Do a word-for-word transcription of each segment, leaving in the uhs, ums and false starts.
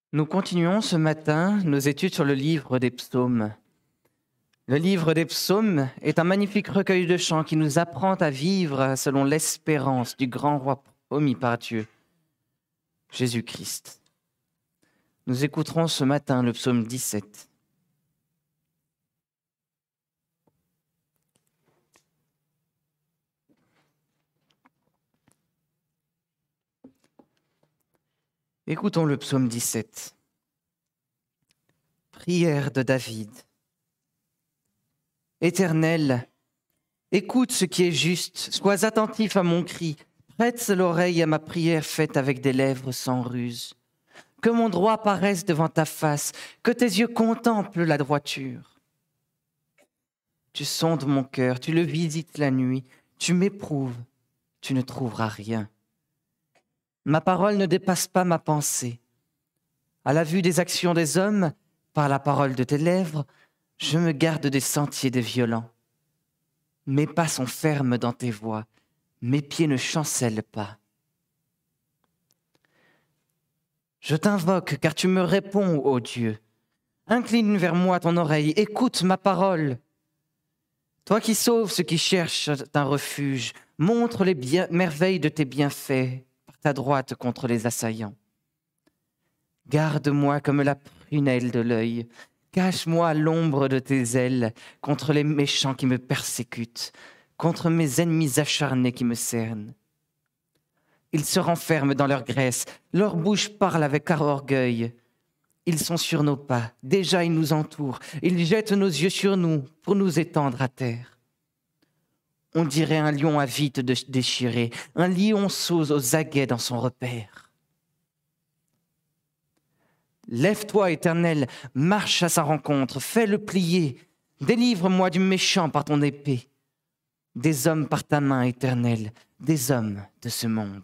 Nous continuons ce matin nos études sur le livre des psaumes. Le livre des psaumes est un magnifique recueil de chants qui nous apprend à vivre selon l'espérance du grand roi promis par Dieu, Jésus-Christ. Nous écouterons ce matin le psaume dix-sept. Écoutons le psaume dix-sept. Prière de David. Éternel, écoute ce qui est juste, sois attentif à mon cri, prête l'oreille à ma prière faite avec des lèvres sans ruse. Que mon droit paraisse devant ta face, que tes yeux contemplent la droiture. Tu sondes mon cœur, tu le visites la nuit, tu m'éprouves, tu ne trouveras rien. Ma parole ne dépasse pas ma pensée. À la vue des actions des hommes, par la parole de tes lèvres, je me garde des sentiers des violents. Mes pas sont fermes dans tes voies, mes pieds ne chancellent pas. Je t'invoque car tu me réponds, ô Dieu. Incline vers moi ton oreille, écoute ma parole. Toi qui sauves ceux qui cherchent un refuge, montre les bien- merveilles de tes bienfaits par ta droite contre les assaillants. Garde-moi comme la prunelle de l'œil, cache-moi à l'ombre de tes ailes contre les méchants qui me persécutent, contre mes ennemis acharnés qui me cernent. Ils se renferment dans leur graisse, leur bouche parle avec orgueil. Ils sont sur nos pas, déjà ils nous entourent, ils jettent nos yeux sur nous pour nous étendre à terre. On dirait un lion avide de déchirer, un lionceau aux aguets dans son repère. Lève-toi, Éternel, marche à sa rencontre, fais-le plier, délivre-moi du méchant par ton épée. Des hommes par ta main, Éternel, des hommes de ce monde.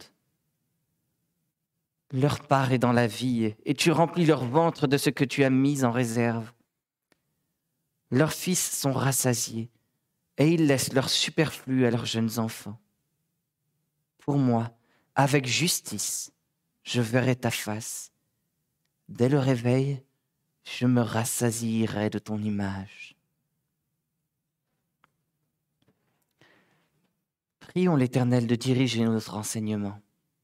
Leur part est dans la vie, et tu remplis leur ventre de ce que tu as mis en réserve. Leurs fils sont rassasiés, et ils laissent leur superflu à leurs jeunes enfants. Pour moi, avec justice, je verrai ta face. Dès le réveil, je me rassasierai de ton image. Prions l'Éternel de diriger notre enseignement.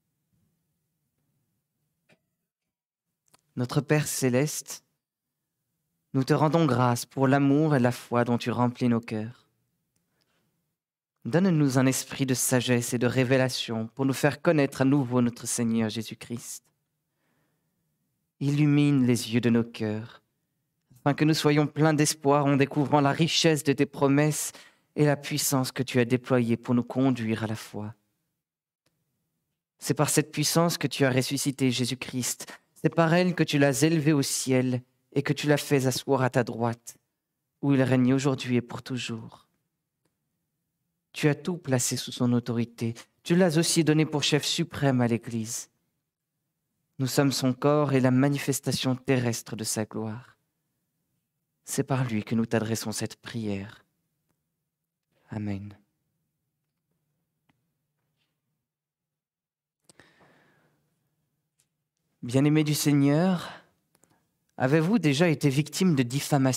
Notre Père céleste, nous te rendons grâce pour l'amour et la foi dont tu remplis nos cœurs. Donne-nous un esprit de sagesse et de révélation pour nous faire connaître à nouveau notre Seigneur Jésus-Christ. Illumine les yeux de nos cœurs, afin que nous soyons pleins d'espoir en découvrant la richesse de tes promesses et la puissance que tu as déployée pour nous conduire à la foi. C'est par cette puissance que tu as ressuscité Jésus-Christ. C'est par elle que tu l'as élevé au ciel et que tu l'as fait asseoir à ta droite, où il règne aujourd'hui et pour toujours. Tu as tout placé sous son autorité. Tu l'as aussi donné pour chef suprême à l'Église. Nous sommes son corps et la manifestation terrestre de sa gloire. C'est par lui que nous t'adressons cette prière. Amen. Bien-aimés du Seigneur, avez-vous déjà été victime de diffamation ?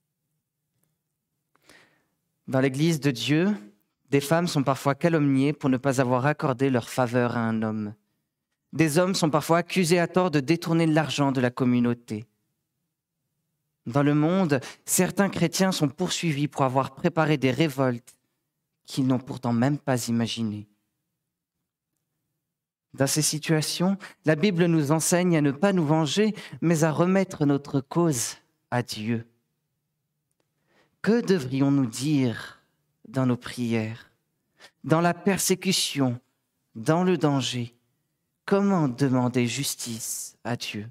Dans l'Église de Dieu, des femmes sont parfois calomniées pour ne pas avoir accordé leur faveur à un homme. Des hommes sont parfois accusés à tort de détourner l'argent de la communauté. Dans le monde, certains chrétiens sont poursuivis pour avoir préparé des révoltes qu'ils n'ont pourtant même pas imaginées. Dans ces situations, la Bible nous enseigne à ne pas nous venger, mais à remettre notre cause à Dieu. Que devrions-nous dire dans nos prières, dans la persécution, dans le danger? Comment demander justice à Dieu?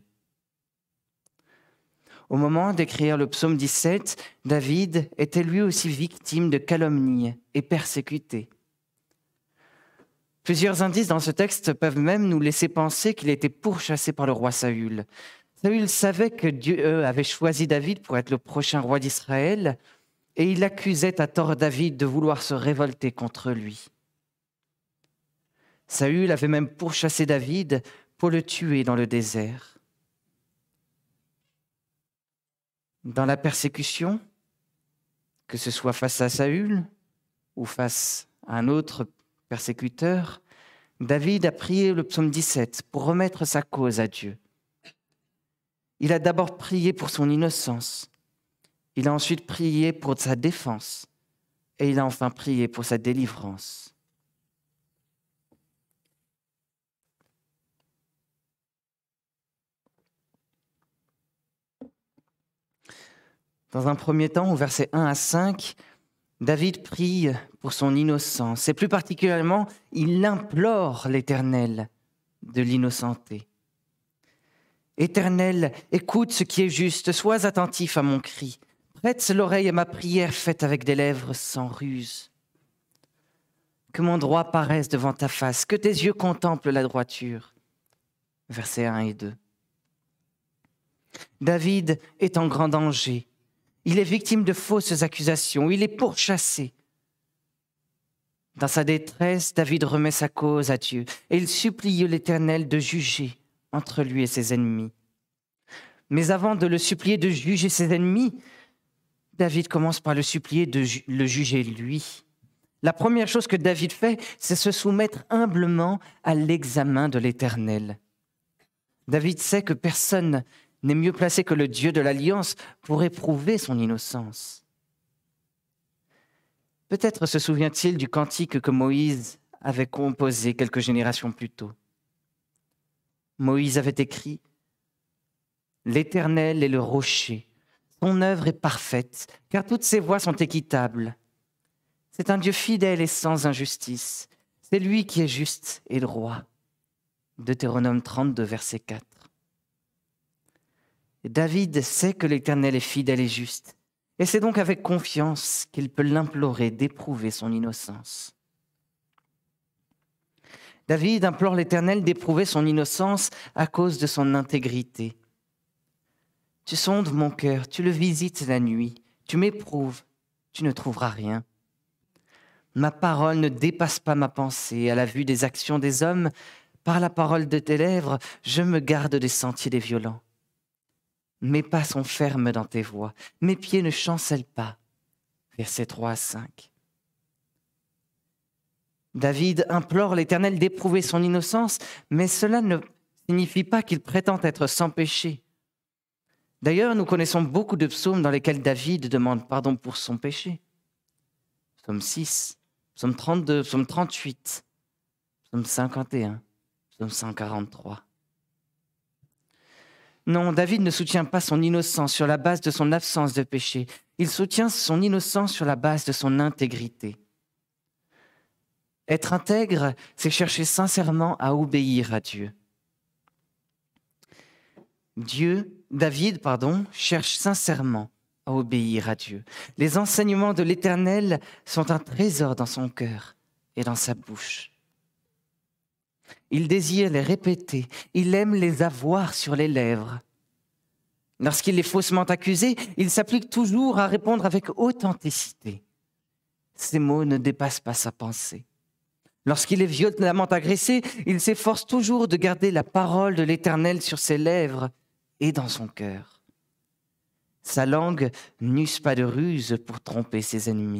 Au moment d'écrire le psaume dix-sept, David était lui aussi victime de calomnies et persécuté. Plusieurs indices dans ce texte peuvent même nous laisser penser qu'il était pourchassé par le roi Saül. Saül savait que Dieu avait choisi David pour être le prochain roi d'Israël et il accusait à tort David de vouloir se révolter contre lui. Saül avait même pourchassé David pour le tuer dans le désert. Dans la persécution, que ce soit face à Saül ou face à un autre persécuteur, David a prié le psaume dix-sept pour remettre sa cause à Dieu. Il a d'abord prié pour son innocence, il a ensuite prié pour sa défense et il a enfin prié pour sa délivrance. Dans un premier temps, au verset un à cinq, David prie pour son innocence et plus particulièrement, il implore l'Éternel de l'innocenter. Éternel, écoute ce qui est juste, sois attentif à mon cri. Prête l'oreille à ma prière faite avec des lèvres sans ruse. Que mon droit paraisse devant ta face, que tes yeux contemplent la droiture. Versets un et deux. David est en grand danger. Il est victime de fausses accusations, il est pourchassé. Dans sa détresse, David remet sa cause à Dieu et il supplie l'Éternel de juger entre lui et ses ennemis. Mais avant de le supplier de juger ses ennemis, David commence par le supplier de ju- le juger lui. La première chose que David fait, c'est se soumettre humblement à l'examen de l'Éternel. David sait que personne n'est mieux placé que le Dieu de l'Alliance pour éprouver son innocence. Peut-être se souvient-il du cantique que Moïse avait composé quelques générations plus tôt. Moïse avait écrit « L'Éternel est le rocher, son œuvre est parfaite, car toutes ses voies sont équitables. C'est un Dieu fidèle et sans injustice, c'est lui qui est juste et droit. » Deutéronome trente-deux, verset quatre. David sait que l'Éternel est fidèle et juste, et c'est donc avec confiance qu'il peut l'implorer d'éprouver son innocence. David implore l'Éternel d'éprouver son innocence à cause de son intégrité. Tu sondes mon cœur, tu le visites la nuit, tu m'éprouves, tu ne trouveras rien. Ma parole ne dépasse pas ma pensée à la vue des actions des hommes. Par la parole de tes lèvres, je me garde des sentiers des violents. Mes pas sont fermes dans tes voies, mes pieds ne chancellent pas. Versets trois à cinq. David implore l'Éternel d'éprouver son innocence, mais cela ne signifie pas qu'il prétend être sans péché. D'ailleurs, nous connaissons beaucoup de psaumes dans lesquels David demande pardon pour son péché. Psaume six, psaume trente-deux, psaume trente-huit, psaume cinquante et un, psaume cent quarante-trois. Non, David ne soutient pas son innocence sur la base de son absence de péché. Il soutient son innocence sur la base de son intégrité. Être intègre, c'est chercher sincèrement à obéir à Dieu. Dieu, David, pardon, cherche sincèrement à obéir à Dieu. Les enseignements de l'Éternel sont un trésor dans son cœur et dans sa bouche. Il désire les répéter, il aime les avoir sur les lèvres. Lorsqu'il est faussement accusé, il s'applique toujours à répondre avec authenticité. Ses mots ne dépassent pas sa pensée. Lorsqu'il est violemment agressé, il s'efforce toujours de garder la parole de l'Éternel sur ses lèvres et dans son cœur. Sa langue n'use pas de ruse pour tromper ses ennemis.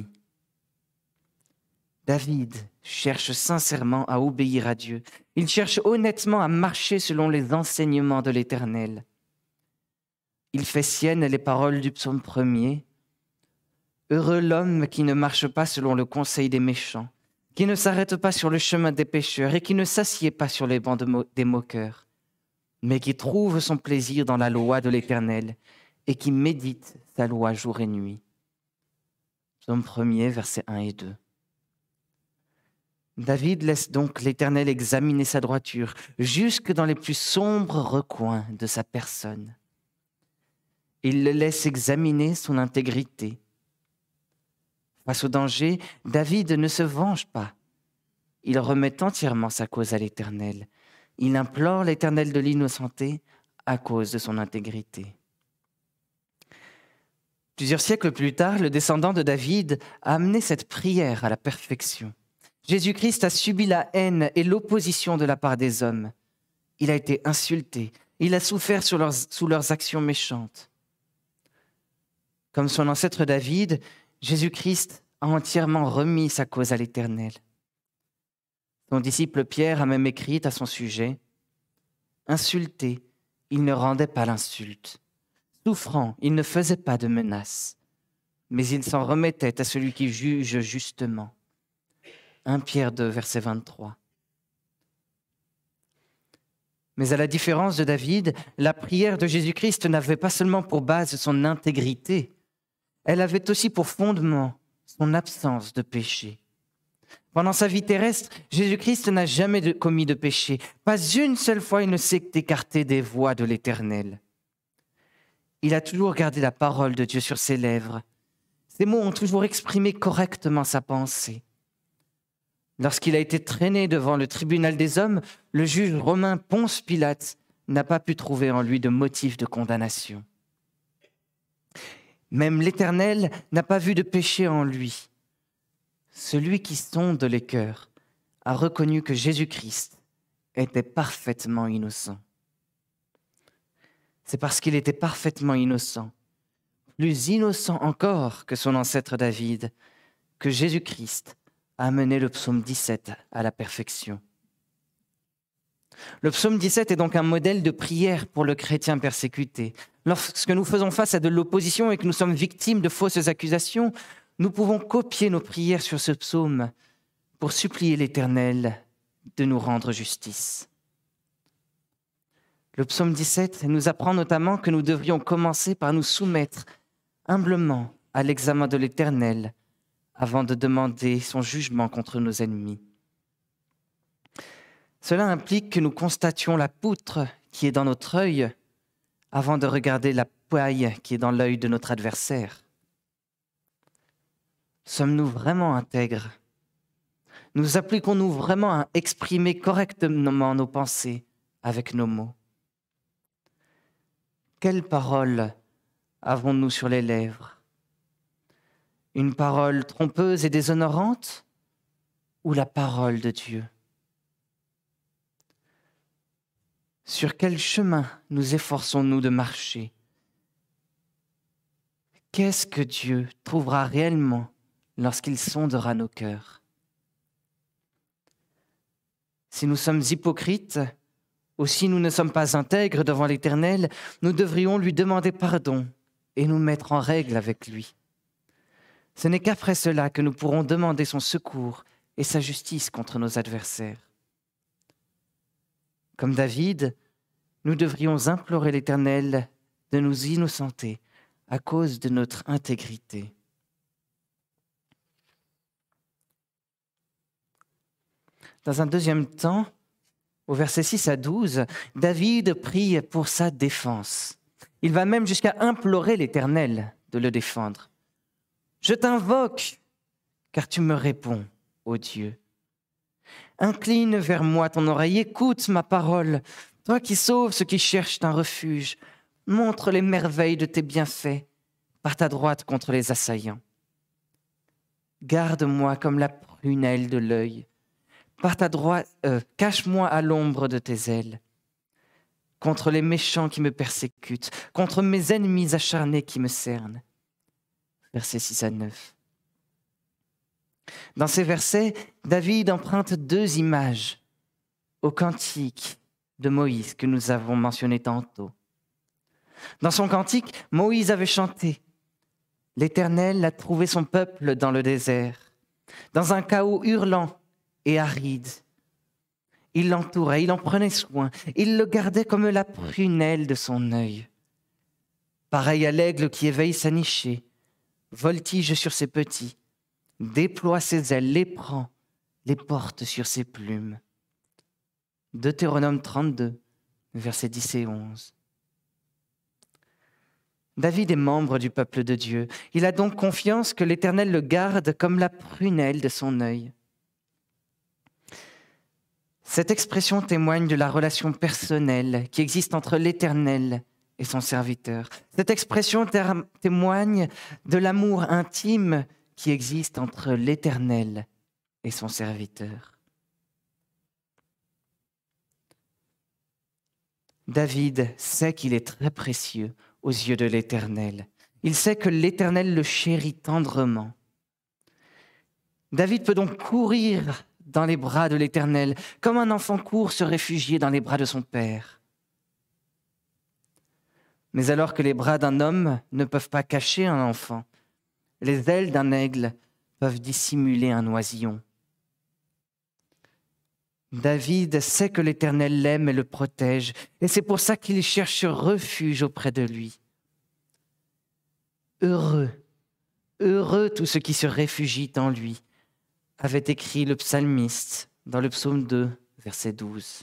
David cherche sincèrement à obéir à Dieu. Il cherche honnêtement à marcher selon les enseignements de l'Éternel. Il fait siennes les paroles du psaume premier. « Heureux l'homme qui ne marche pas selon le conseil des méchants, qui ne s'arrête pas sur le chemin des pécheurs et qui ne s'assied pas sur les bancs de mo- des moqueurs, mais qui trouve son plaisir dans la loi de l'Éternel et qui médite sa loi jour et nuit. » Psaume premier, versets un et deux. David laisse donc l'Éternel examiner sa droiture jusque dans les plus sombres recoins de sa personne. Il le laisse examiner son intégrité. Face au danger, David ne se venge pas. Il remet entièrement sa cause à l'Éternel. Il implore l'Éternel de l'innocenter à cause de son intégrité. Plusieurs siècles plus tard, le descendant de David a amené cette prière à la perfection. Jésus-Christ a subi la haine et l'opposition de la part des hommes. Il a été insulté, il a souffert sous leurs, sous leurs actions méchantes. Comme son ancêtre David, Jésus-Christ a entièrement remis sa cause à l'Éternel. Son disciple Pierre a même écrit à son sujet « Insulté, il ne rendait pas l'insulte. Souffrant, il ne faisait pas de menaces. Mais il s'en remettait à celui qui juge justement. » un Pierre deux, verset vingt-trois. Mais à la différence de David, la prière de Jésus-Christ n'avait pas seulement pour base son intégrité, elle avait aussi pour fondement son absence de péché. Pendant sa vie terrestre, Jésus-Christ n'a jamais de, commis de péché. Pas une seule fois il ne s'est écarté des voies de l'Éternel. Il a toujours gardé la parole de Dieu sur ses lèvres. Ses mots ont toujours exprimé correctement sa pensée. Lorsqu'il a été traîné devant le tribunal des hommes, le juge romain Ponce Pilate n'a pas pu trouver en lui de motif de condamnation. Même l'Éternel n'a pas vu de péché en lui. Celui qui sonde les cœurs a reconnu que Jésus-Christ était parfaitement innocent. C'est parce qu'il était parfaitement innocent, plus innocent encore que son ancêtre David, que Jésus-Christ a mené le psaume dix-sept à la perfection. Le psaume dix-sept est donc un modèle de prière pour le chrétien persécuté. Lorsque nous faisons face à de l'opposition et que nous sommes victimes de fausses accusations, nous pouvons copier nos prières sur ce psaume pour supplier l'Éternel de nous rendre justice. Le psaume dix-sept nous apprend notamment que nous devrions commencer par nous soumettre humblement à l'examen de l'Éternel avant de demander son jugement contre nos ennemis. Cela implique que nous constations la poutre qui est dans notre œil avant de regarder la paille qui est dans l'œil de notre adversaire. Sommes-nous vraiment intègres? Nous appliquons-nous vraiment à exprimer correctement nos pensées avec nos mots? Quelle parole avons-nous sur les lèvres? Une parole trompeuse et déshonorante ou la parole de Dieu? Sur quel chemin nous efforçons-nous de marcher? Qu'est-ce que Dieu trouvera réellement lorsqu'il sondera nos cœurs? Si nous sommes hypocrites, ou si nous ne sommes pas intègres devant l'Éternel, nous devrions lui demander pardon et nous mettre en règle avec lui. Ce n'est qu'après cela que nous pourrons demander son secours et sa justice contre nos adversaires. Comme David, nous devrions implorer l'Éternel de nous innocenter à cause de notre intégrité. Dans un deuxième temps, au verset six à douze, David prie pour sa défense. Il va même jusqu'à implorer l'Éternel de le défendre. « Je t'invoque, car tu me réponds, ô Dieu. Incline vers moi ton oreille, écoute ma parole. Toi qui sauves ceux qui cherchent un refuge, montre les merveilles de tes bienfaits par ta droite contre les assaillants. Garde-moi comme la prunelle de l'œil. Par ta droite, euh, cache-moi à l'ombre de tes ailes. Contre les méchants qui me persécutent, contre mes ennemis acharnés qui me cernent. » Versets six à neuf. Dans ces versets, David emprunte deux images au cantique de Moïse que nous avons mentionné tantôt. Dans son cantique, Moïse avait chanté « L'Éternel a trouvé son peuple dans le désert, dans un chaos hurlant et aride. Il l'entourait, il en prenait soin, il le gardait comme la prunelle de son œil. Pareil à l'aigle qui éveille sa nichée, voltige sur ses petits, déploie ses ailes, les prend, les porte sur ses plumes. » Deutéronome trente-deux, versets dix et onze. David est membre du peuple de Dieu. Il a donc confiance que l'Éternel le garde comme la prunelle de son œil. Cette expression témoigne de la relation personnelle qui existe entre l'Éternel et son serviteur. Cette expression témoigne de l'amour intime qui existe entre l'Éternel et son serviteur. David sait qu'il est très précieux aux yeux de l'Éternel. Il sait que l'Éternel le chérit tendrement. David peut donc courir dans les bras de l'Éternel, comme un enfant court se réfugier dans les bras de son père. Mais alors que les bras d'un homme ne peuvent pas cacher un enfant, les ailes d'un aigle peuvent dissimuler un oisillon. David sait que l'Éternel l'aime et le protège, et c'est pour ça qu'il cherche refuge auprès de lui. Heureux, heureux tous ceux qui se réfugient en lui, avait écrit le psalmiste dans le psaume deux, verset douze.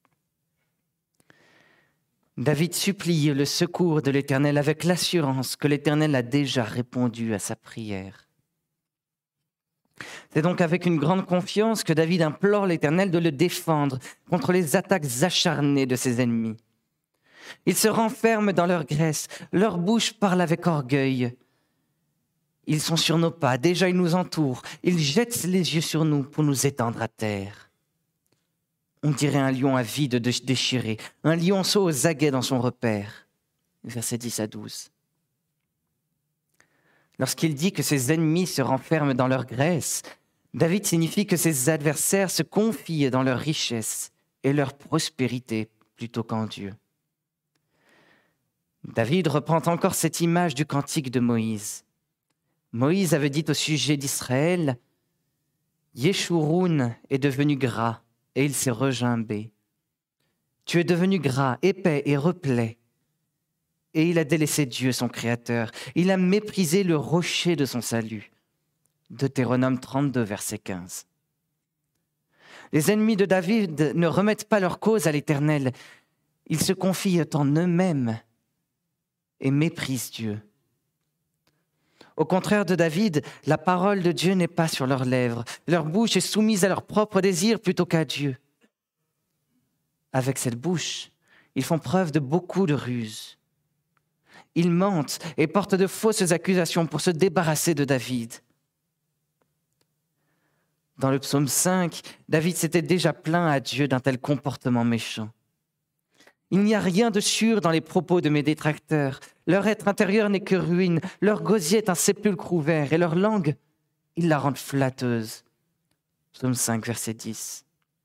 David supplie le secours de l'Éternel avec l'assurance que l'Éternel a déjà répondu à sa prière. C'est donc avec une grande confiance que David implore l'Éternel de le défendre contre les attaques acharnées de ses ennemis. Ils se renferment dans leur graisse, leur bouche parle avec orgueil. Ils sont sur nos pas, déjà ils nous entourent, ils jettent les yeux sur nous pour nous étendre à terre. On dirait un lion avide de déchirer, un lionceau aux aguets dans son repère. Versets dix à douze. Lorsqu'il dit que ses ennemis se renferment dans leur graisse, David signifie que ses adversaires se confient dans leur richesse et leur prospérité plutôt qu'en Dieu. David reprend encore cette image du cantique de Moïse. Moïse avait dit au sujet d'Israël, « Yeshurun est devenu gras et il s'est regimbé. Tu es devenu gras, épais et replet. » Et il a délaissé Dieu, son Créateur. Il a méprisé le rocher de son salut. Deutéronome trente-deux, verset quinze. Les ennemis de David ne remettent pas leur cause à l'Éternel. Ils se confient en eux-mêmes et méprisent Dieu. Au contraire de David, la parole de Dieu n'est pas sur leurs lèvres. Leur bouche est soumise à leurs propres désirs plutôt qu'à Dieu. Avec cette bouche, ils font preuve de beaucoup de ruses. Ils mentent et portent de fausses accusations pour se débarrasser de David. Dans le psaume cinq, David s'était déjà plaint à Dieu d'un tel comportement méchant. Il n'y a rien de sûr dans les propos de mes détracteurs. Leur être intérieur n'est que ruine, leur gosier est un sépulcre ouvert, et leur langue, ils la rendent flatteuse. Psaume cinq, verset dix.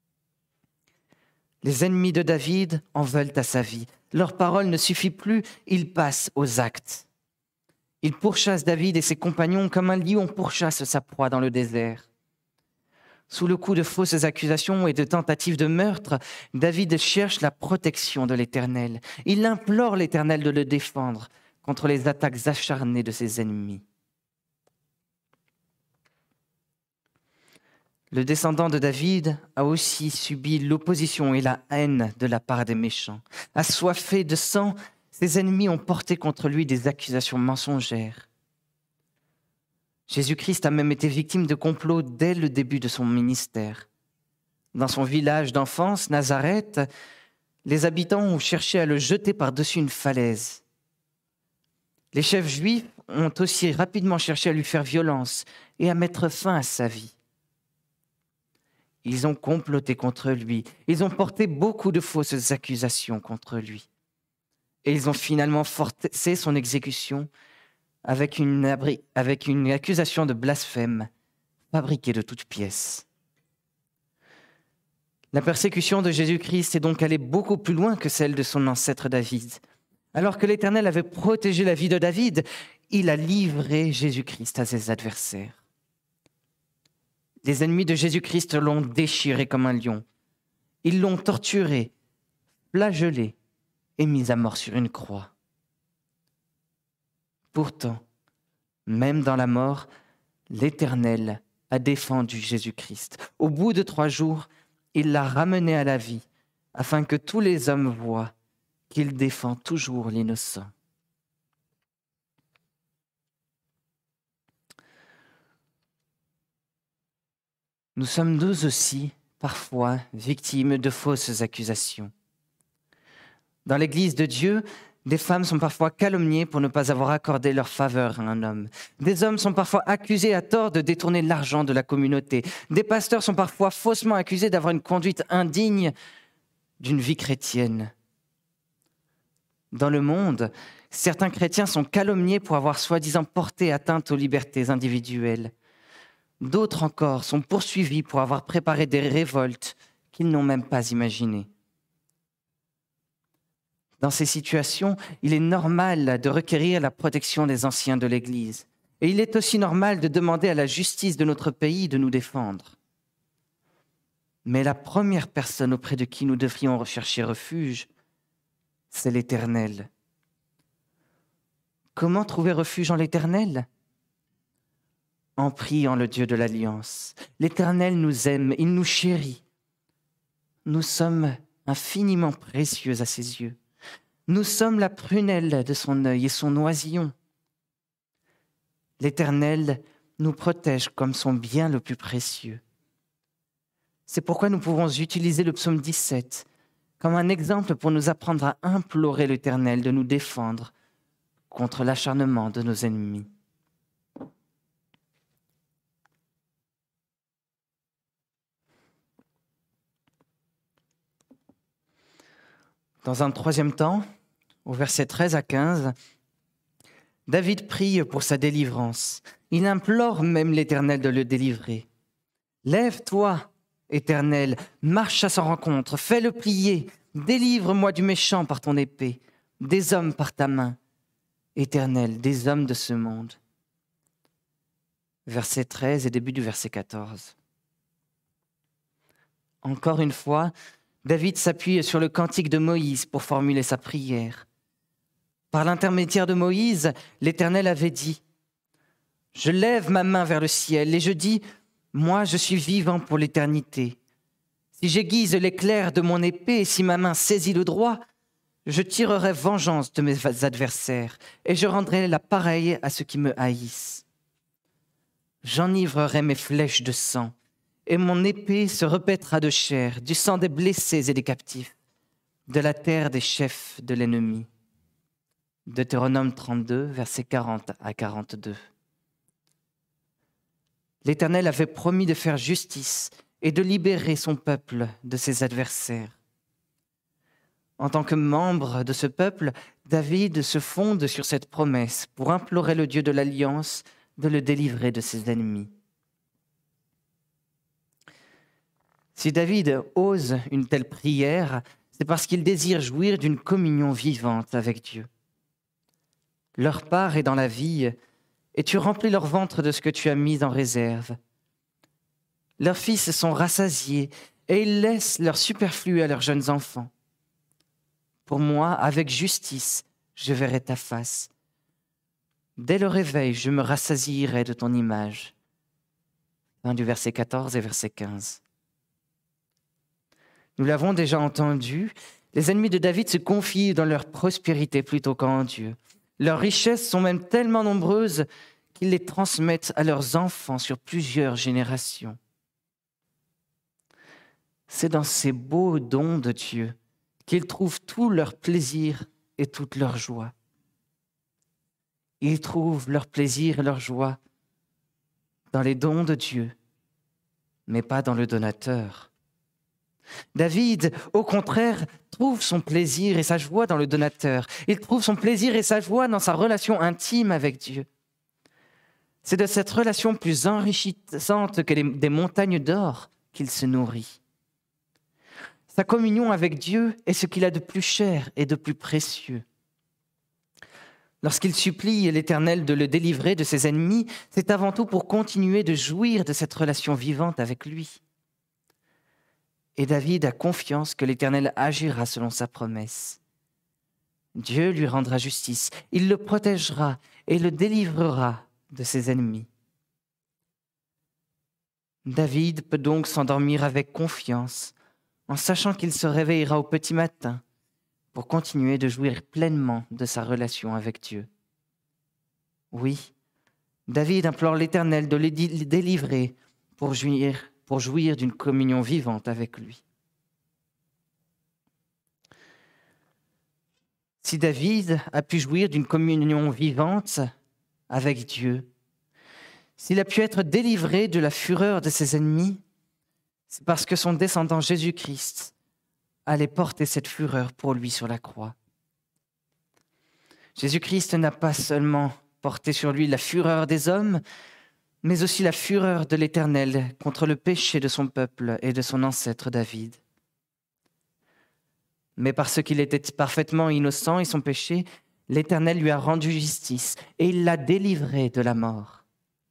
Les ennemis de David en veulent à sa vie. Leur parole ne suffit plus, ils passent aux actes. Ils pourchassent David et ses compagnons comme un lion pourchasse sa proie dans le désert. Sous le coup de fausses accusations et de tentatives de meurtre, David cherche la protection de l'Éternel. Il implore l'Éternel de le défendre contre les attaques acharnées de ses ennemis. Le descendant de David a aussi subi l'opposition et la haine de la part des méchants. Assoiffé de sang, ses ennemis ont porté contre lui des accusations mensongères. Jésus-Christ a même été victime de complots dès le début de son ministère. Dans son village d'enfance, Nazareth, les habitants ont cherché à le jeter par-dessus une falaise. Les chefs juifs ont aussi rapidement cherché à lui faire violence et à mettre fin à sa vie. Ils ont comploté contre lui. Ils ont porté beaucoup de fausses accusations contre lui. Et ils ont finalement forcé son exécution avec une, abri... avec une accusation de blasphème fabriquée de toutes pièces. La persécution de Jésus-Christ est donc allée beaucoup plus loin que celle de son ancêtre David. Alors que l'Éternel avait protégé la vie de David, il a livré Jésus-Christ à ses adversaires. Les ennemis de Jésus-Christ l'ont déchiré comme un lion. Ils l'ont torturé, flagellé et mis à mort sur une croix. Pourtant, même dans la mort, l'Éternel a défendu Jésus-Christ. Au bout de trois jours, il l'a ramené à la vie, afin que tous les hommes voient qu'il défend toujours l'innocent. Nous sommes nous aussi, parfois, victimes de fausses accusations. Dans l'Église de Dieu, des femmes sont parfois calomniées pour ne pas avoir accordé leur faveur à un homme. Des hommes sont parfois accusés à tort de détourner l'argent de la communauté. Des pasteurs sont parfois faussement accusés d'avoir une conduite indigne d'une vie chrétienne. Dans le monde, certains chrétiens sont calomniés pour avoir soi-disant porté atteinte aux libertés individuelles. D'autres encore sont poursuivis pour avoir préparé des révoltes qu'ils n'ont même pas imaginées. Dans ces situations, il est normal de requérir la protection des anciens de l'Église. Et il est aussi normal de demander à la justice de notre pays de nous défendre. Mais la première personne auprès de qui nous devrions rechercher refuge, c'est l'Éternel. Comment trouver refuge en l'Éternel ? En priant le Dieu de l'Alliance. L'Éternel nous aime, il nous chérit. Nous sommes infiniment précieux à ses yeux. Nous sommes la prunelle de son œil et son oisillon. L'Éternel nous protège comme son bien le plus précieux. C'est pourquoi nous pouvons utiliser le psaume dix-sept comme un exemple pour nous apprendre à implorer l'Éternel de nous défendre contre l'acharnement de nos ennemis. Dans un troisième temps, au verset treize à quinze, David prie pour sa délivrance. Il implore même l'Éternel de le délivrer. « Lève-toi, Éternel, marche à sa rencontre, fais-le plier, délivre-moi du méchant par ton épée, des hommes par ta main, Éternel, des hommes de ce monde. » Verset treize et début du verset quatorze. Encore une fois, David s'appuie sur le cantique de Moïse pour formuler sa prière. Par l'intermédiaire de Moïse, l'Éternel avait dit « Je lève ma main vers le ciel et je dis « Moi, je suis vivant pour l'éternité. Si j'aiguise l'éclair de mon épée et si ma main saisit le droit, je tirerai vengeance de mes adversaires et je rendrai la pareille à ceux qui me haïssent. J'enivrerai mes flèches de sang et mon épée se repaîtra de chair, du sang des blessés et des captifs, de la terre des chefs de l'ennemi. » Deutéronome trente-deux, versets quarante à quarante-deux. L'Éternel avait promis de faire justice et de libérer son peuple de ses adversaires. En tant que membre de ce peuple, David se fonde sur cette promesse pour implorer le Dieu de l'Alliance de le délivrer de ses ennemis. Si David ose une telle prière, c'est parce qu'il désire jouir d'une communion vivante avec Dieu. Leur part est dans la vie, et tu remplis leur ventre de ce que tu as mis en réserve. Leurs fils sont rassasiés, et ils laissent leur superflu à leurs jeunes enfants. Pour moi, avec justice, je verrai ta face. Dès le réveil, je me rassasierai de ton image. Fin du verset quatorze et verset quinze. Nous l'avons déjà entendu, les ennemis de David se confient dans leur prospérité plutôt qu'en Dieu. Leurs richesses sont même tellement nombreuses qu'ils les transmettent à leurs enfants sur plusieurs générations. C'est dans ces beaux dons de Dieu qu'ils trouvent tout leur plaisir et toute leur joie. Ils trouvent leur plaisir et leur joie dans les dons de Dieu, mais pas dans le donateur. David, au contraire, trouve son plaisir et sa joie dans le donateur. Il trouve son plaisir et sa joie dans sa relation intime avec Dieu. C'est de cette relation plus enrichissante que les, des montagnes d'or qu'il se nourrit. Sa communion avec Dieu est ce qu'il a de plus cher et de plus précieux. Lorsqu'il supplie l'Éternel de le délivrer de ses ennemis, c'est avant tout pour continuer de jouir de cette relation vivante avec lui. Et David a confiance que l'Éternel agira selon sa promesse. Dieu lui rendra justice, il le protégera et le délivrera de ses ennemis. David peut donc s'endormir avec confiance, en sachant qu'il se réveillera au petit matin pour continuer de jouir pleinement de sa relation avec Dieu. Oui, David implore l'Éternel de le délivrer pour jouir pour jouir d'une communion vivante avec lui. Si David a pu jouir d'une communion vivante avec Dieu, s'il a pu être délivré de la fureur de ses ennemis, c'est parce que son descendant Jésus-Christ allait porter cette fureur pour lui sur la croix. Jésus-Christ n'a pas seulement porté sur lui la fureur des hommes, mais aussi la fureur de l'Éternel contre le péché de son peuple et de son ancêtre David. Mais parce qu'il était parfaitement innocent et son péché, l'Éternel lui a rendu justice et il l'a délivré de la mort.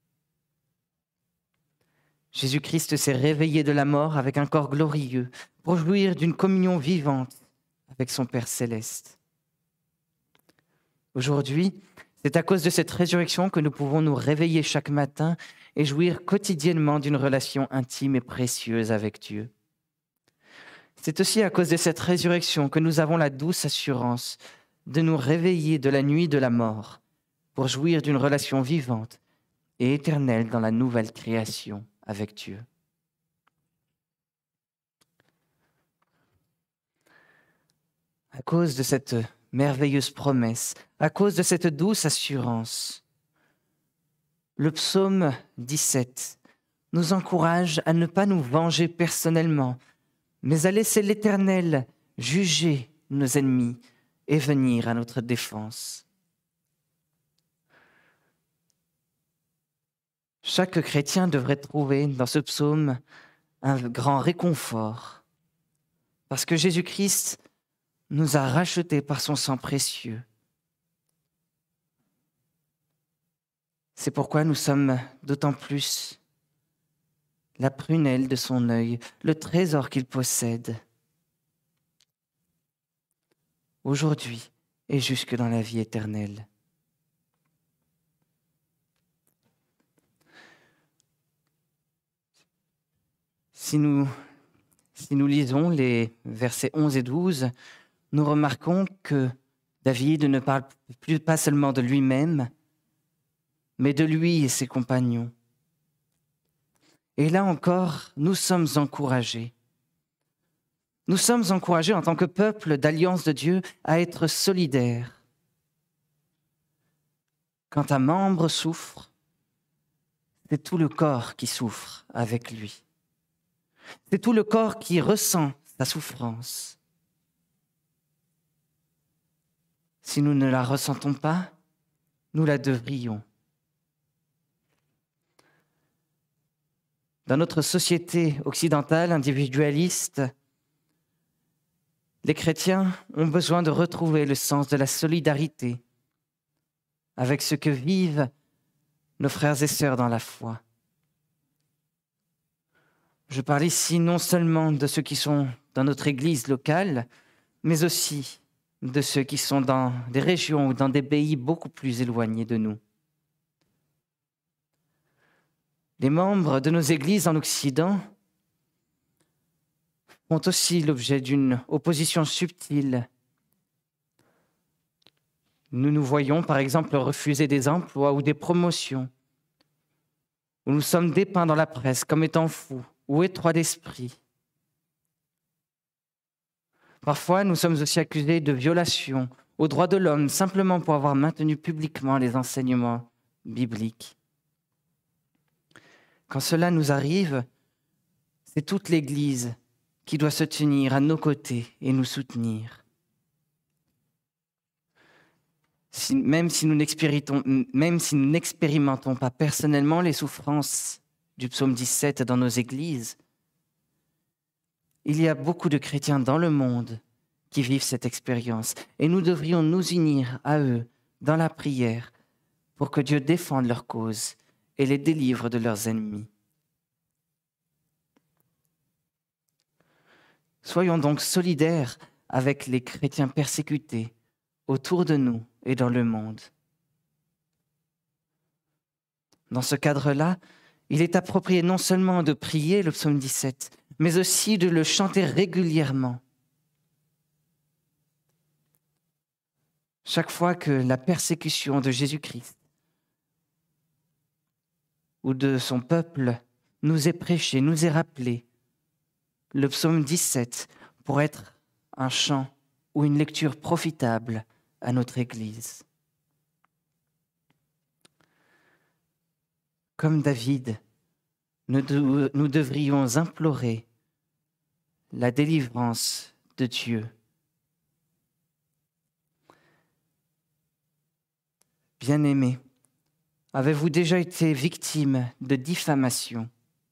Jésus-Christ s'est réveillé de la mort avec un corps glorieux pour jouir d'une communion vivante avec son Père céleste. Aujourd'hui, c'est à cause de cette résurrection que nous pouvons nous réveiller chaque matin et jouir quotidiennement d'une relation intime et précieuse avec Dieu. C'est aussi à cause de cette résurrection que nous avons la douce assurance de nous réveiller de la nuit de la mort pour jouir d'une relation vivante et éternelle dans la nouvelle création avec Dieu. À cause de cette merveilleuse promesse, à cause de cette douce assurance, le psaume dix-sept nous encourage à ne pas nous venger personnellement, mais à laisser l'Éternel juger nos ennemis et venir à notre défense. Chaque chrétien devrait trouver dans ce psaume un grand réconfort, parce que Jésus-Christ nous a rachetés par son sang précieux. C'est pourquoi nous sommes d'autant plus la prunelle de son œil, le trésor qu'il possède, aujourd'hui et jusque dans la vie éternelle. Si nous, si nous lisons les versets onze et douze, nous remarquons que David ne parle plus pas seulement de lui-même, mais de lui et ses compagnons. Et là encore, nous sommes encouragés. Nous sommes encouragés en tant que peuple d'Alliance de Dieu à être solidaires. Quand un membre souffre, c'est tout le corps qui souffre avec lui. C'est tout le corps qui ressent sa souffrance. Si nous ne la ressentons pas, nous la devrions. Dans notre société occidentale individualiste, les chrétiens ont besoin de retrouver le sens de la solidarité avec ce que vivent nos frères et sœurs dans la foi. Je parle ici non seulement de ceux qui sont dans notre église locale, mais aussi de ceux qui sont dans des régions ou dans des pays beaucoup plus éloignés de nous. Les membres de nos églises en Occident font aussi l'objet d'une opposition subtile. Nous nous voyons, par exemple, refuser des emplois ou des promotions, où nous sommes dépeints dans la presse comme étant fous ou étroits d'esprit. Parfois, nous sommes aussi accusés de violation aux droits de l'homme simplement pour avoir maintenu publiquement les enseignements bibliques. Quand cela nous arrive, c'est toute l'Église qui doit se tenir à nos côtés et nous soutenir. Si, même si nous n'expérimentons, même si nous n'expérimentons pas personnellement les souffrances du psaume dix-sept dans nos églises, il y a beaucoup de chrétiens dans le monde qui vivent cette expérience et nous devrions nous unir à eux dans la prière pour que Dieu défende leur cause et les délivre de leurs ennemis. Soyons donc solidaires avec les chrétiens persécutés autour de nous et dans le monde. Dans ce cadre-là, il est approprié non seulement de prier le psaume dix-sept, mais aussi de le chanter régulièrement. Chaque fois que la persécution de Jésus-Christ ou de son peuple nous est prêchée, nous est rappelée, le psaume dix-sept pourrait être un chant ou une lecture profitable à notre Église. Comme David, nous, de, nous devrions implorer la délivrance de Dieu. Bien-aimés, avez-vous déjà été victime de diffamation?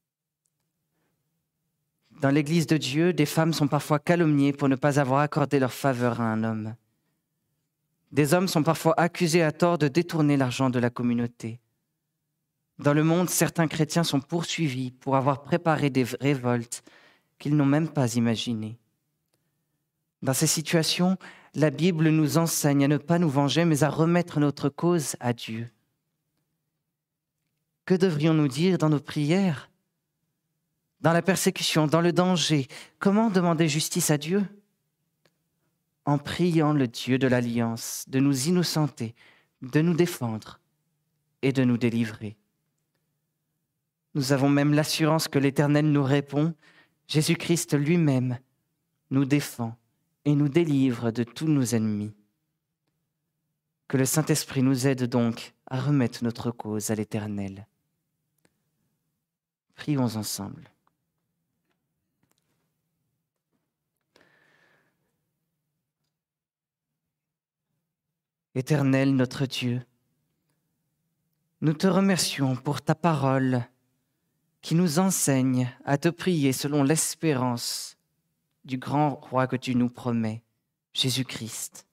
Dans l'Église de Dieu, des femmes sont parfois calomniées pour ne pas avoir accordé leur faveur à un homme. Des hommes sont parfois accusés à tort de détourner l'argent de la communauté. Dans le monde, certains chrétiens sont poursuivis pour avoir préparé des révoltes qu'ils n'ont même pas imaginées. Dans ces situations, la Bible nous enseigne à ne pas nous venger, mais à remettre notre cause à Dieu. Que devrions-nous dire dans nos prières? Dans la persécution, dans le danger, comment demander justice à Dieu? En priant le Dieu de l'Alliance de nous innocenter, de nous défendre et de nous délivrer. Nous avons même l'assurance que l'Éternel nous répond. Jésus-Christ lui-même nous défend et nous délivre de tous nos ennemis. Que le Saint-Esprit nous aide donc à remettre notre cause à l'Éternel. Prions ensemble. Éternel notre Dieu, nous te remercions pour ta parole qui nous enseigne à te prier selon l'espérance du grand roi que tu nous promets, Jésus-Christ.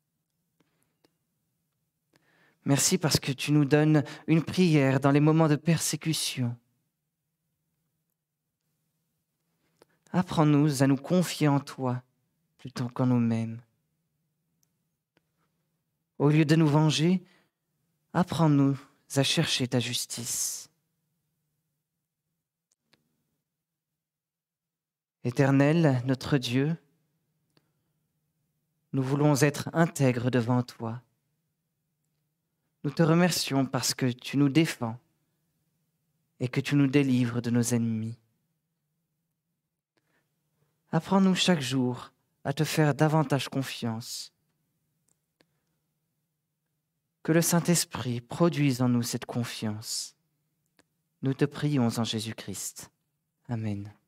Merci parce que tu nous donnes une prière dans les moments de persécution. Apprends-nous à nous confier en toi plutôt qu'en nous-mêmes. Au lieu de nous venger, apprends-nous à chercher ta justice. Éternel, notre Dieu, nous voulons être intègres devant toi. Nous te remercions parce que tu nous défends et que tu nous délivres de nos ennemis. Apprends-nous chaque jour à te faire davantage confiance. Que le Saint-Esprit produise en nous cette confiance. Nous te prions en Jésus-Christ. Amen.